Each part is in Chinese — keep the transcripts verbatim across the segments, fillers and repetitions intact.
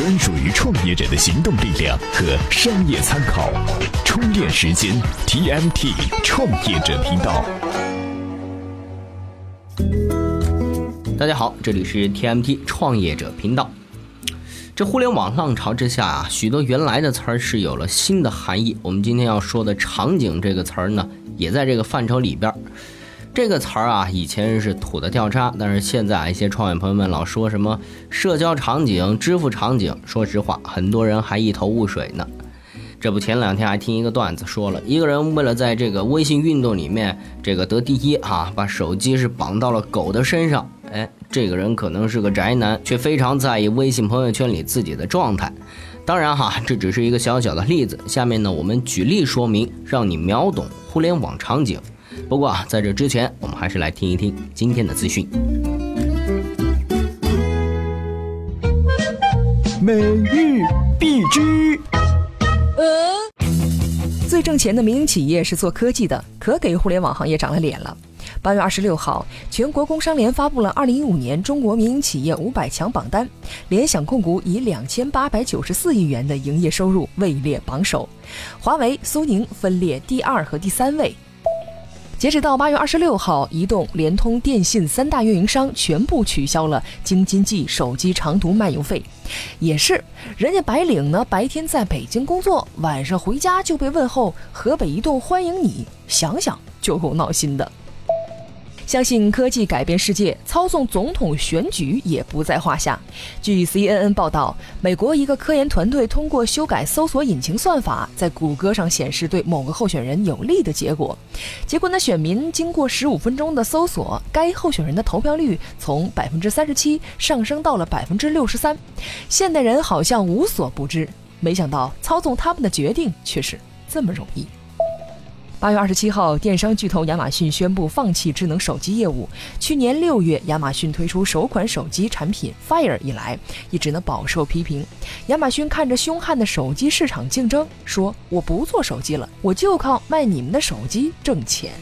专属于创业者的行动力量和商业参考。充电时间 T M T 创业者频道。 大家好，这里是 T M T 创业者频道。这互联网浪潮之下啊，许多原来的词儿是有了新的含义。我们今天要说的场景这个词儿呢，也在这个范畴里边。这个词儿啊，以前是土的掉渣，但是现在一些创业朋友们老说什么社交场景、支付场景，说实话，很多人还一头雾水呢。这不前两天还听一个段子说了，一个人为了在这个微信运动里面这个得第一啊，把手机是绑到了狗的身上。哎，这个人可能是个宅男，却非常在意微信朋友圈里自己的状态。当然哈，这只是一个小小的例子。下面呢，我们举例说明，让你秒懂互联网场景。不过啊，在这之前，我们还是来听一听今天的资讯。 每日必知。 最挣钱的民营企业是做科技的，可给互联网行业长了脸了。八月二十六号，全国工商联发布了二零一五年中国民营企业五百强榜单，联想控股以两千八百九十四亿元的营业收入位列榜首，华为、苏宁分列第二和第三位。截止到八月二十六号，移动、联通、电信三大运营商全部取消了京津冀手机长途漫游费。也是，人家白领呢，白天在北京工作，晚上回家就被问候河北移动欢迎你，想想就够闹心的。相信科技改变世界，操纵总统选举也不在话下。据 C N N 报道，美国一个科研团队通过修改搜索引擎算法，在谷歌上显示对某个候选人有利的结果。结果呢，选民经过十五分钟的搜索，该候选人的投票率从 百分之三十七 上升到了 百分之六十三。现代人好像无所不知，没想到操纵他们的决定却是这么容易。八月二十七号，电商巨头亚马逊宣布放弃智能手机业务。去年六月，亚马逊推出首款手机产品 Fire 以来，一直呢饱受批评。亚马逊看着凶悍的手机市场竞争，说：“我不做手机了，我就靠卖你们的手机挣钱。”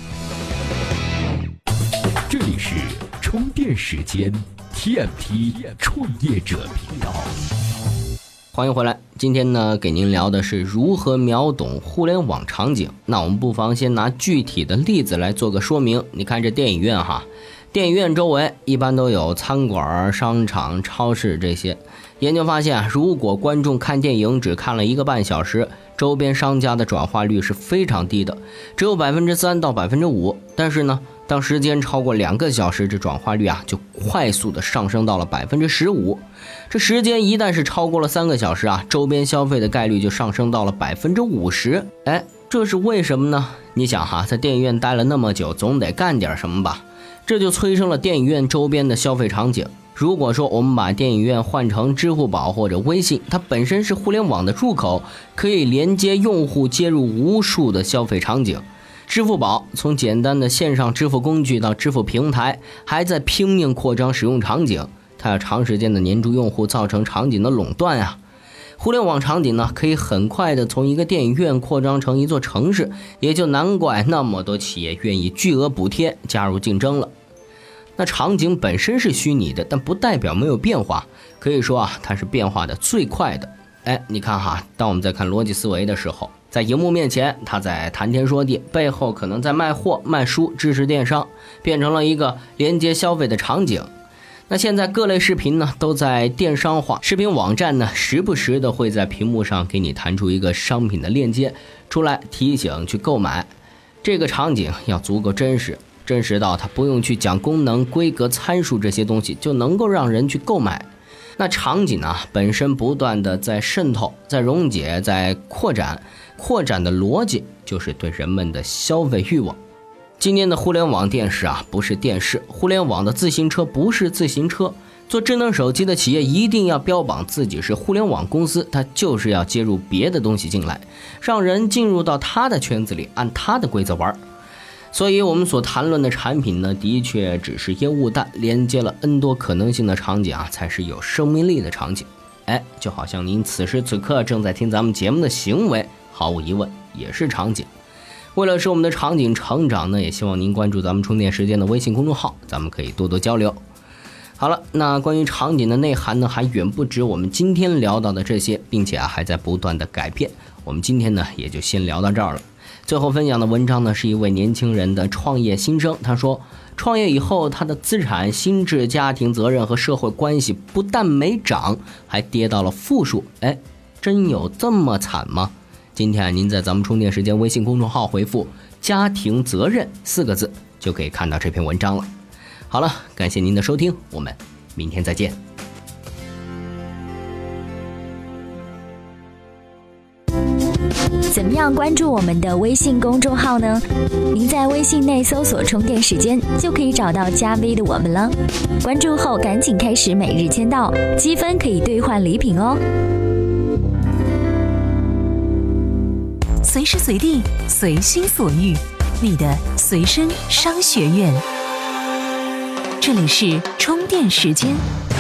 这里是充电时间 T M T 创业者频道。 欢迎回来，今天呢给您聊的是如何秒懂互联网场景。那我们不妨先拿具体的例子来做个说明。你看这电影院哈，电影院周围一般都有餐馆、商场、超市这些。研究发现，如果观众看电影只看了一个半小时，周边商家的转化率是非常低的，只有 百分之三 到 百分之五。 但是呢，当时间超过两个小时，这转化率啊就快速的上升到了 百分之十五。 这时间一旦是超过了三个小时啊，周边消费的概率就上升到了 百分之五十。 哎，这是为什么呢？你想哈，在电影院待了那么久，总得干点什么吧，这就催生了电影院周边的消费场景。如果说我们把电影院换成支付宝或者微信，它本身是互联网的入口，可以连接用户接入无数的消费场景。支付宝从简单的线上支付工具到支付平台，还在拼命扩张使用场景，它要长时间的黏住用户，造成场景的垄断啊。互联网场景呢，可以很快的从一个电影院扩张成一座城市，也就难怪那么多企业愿意巨额补贴加入竞争了。那场景本身是虚拟的，但不代表没有变化，可以说啊，它是变化的最快的。哎，你看哈，当我们在看逻辑思维的时候，在荧幕面前他在谈天说地，背后可能在卖货、卖书、知识电商，变成了一个连接消费的场景。那现在各类视频呢都在电商化，视频网站呢时不时的会在屏幕上给你弹出一个商品的链接出来，提醒去购买。这个场景要足够真实，真实到它不用去讲功能、规格、参数这些东西，就能够让人去购买。那场景啊本身不断的在渗透、在溶解、在扩展，扩展的逻辑就是对人们的消费欲望。今天的互联网电视啊不是电视，互联网的自行车不是自行车。做智能手机的企业一定要标榜自己是互联网公司，它就是要接入别的东西进来，让人进入到它的圈子里，按它的规则玩。所以我们所谈论的产品呢，的确只是烟雾弹，连接了 N 多可能性的场景啊，才是有生命力的场景。哎，就好像您此时此刻正在听咱们节目的行为，毫无疑问也是场景。为了使我们的场景成长呢，也希望您关注咱们充电时间的微信公众号，咱们可以多多交流。 好了，那关于场景的内涵呢，还远不止我们今天聊到的这些，并且啊还在不断的改变。我们今天呢也就先聊到这儿了。最后分享的文章呢是一位年轻人的创业心声，他说创业以后他的资产、心智、家庭责任和社会关系不但没涨，还跌到了负数。哎，真有这么惨吗？今天啊您在咱们充电时间微信公众号回复家庭责任四个字就可以看到这篇文章了。好了，感谢您的收听，我们明天再见。 怎么样关注我们的微信公众号呢？您在微信内搜索充电时间就可以找到加 V 的我们了。关注后赶紧开始每日签到，积分可以兑换礼品哦。 随时随地，随心所欲，你的随身商学院。这里是充电时间。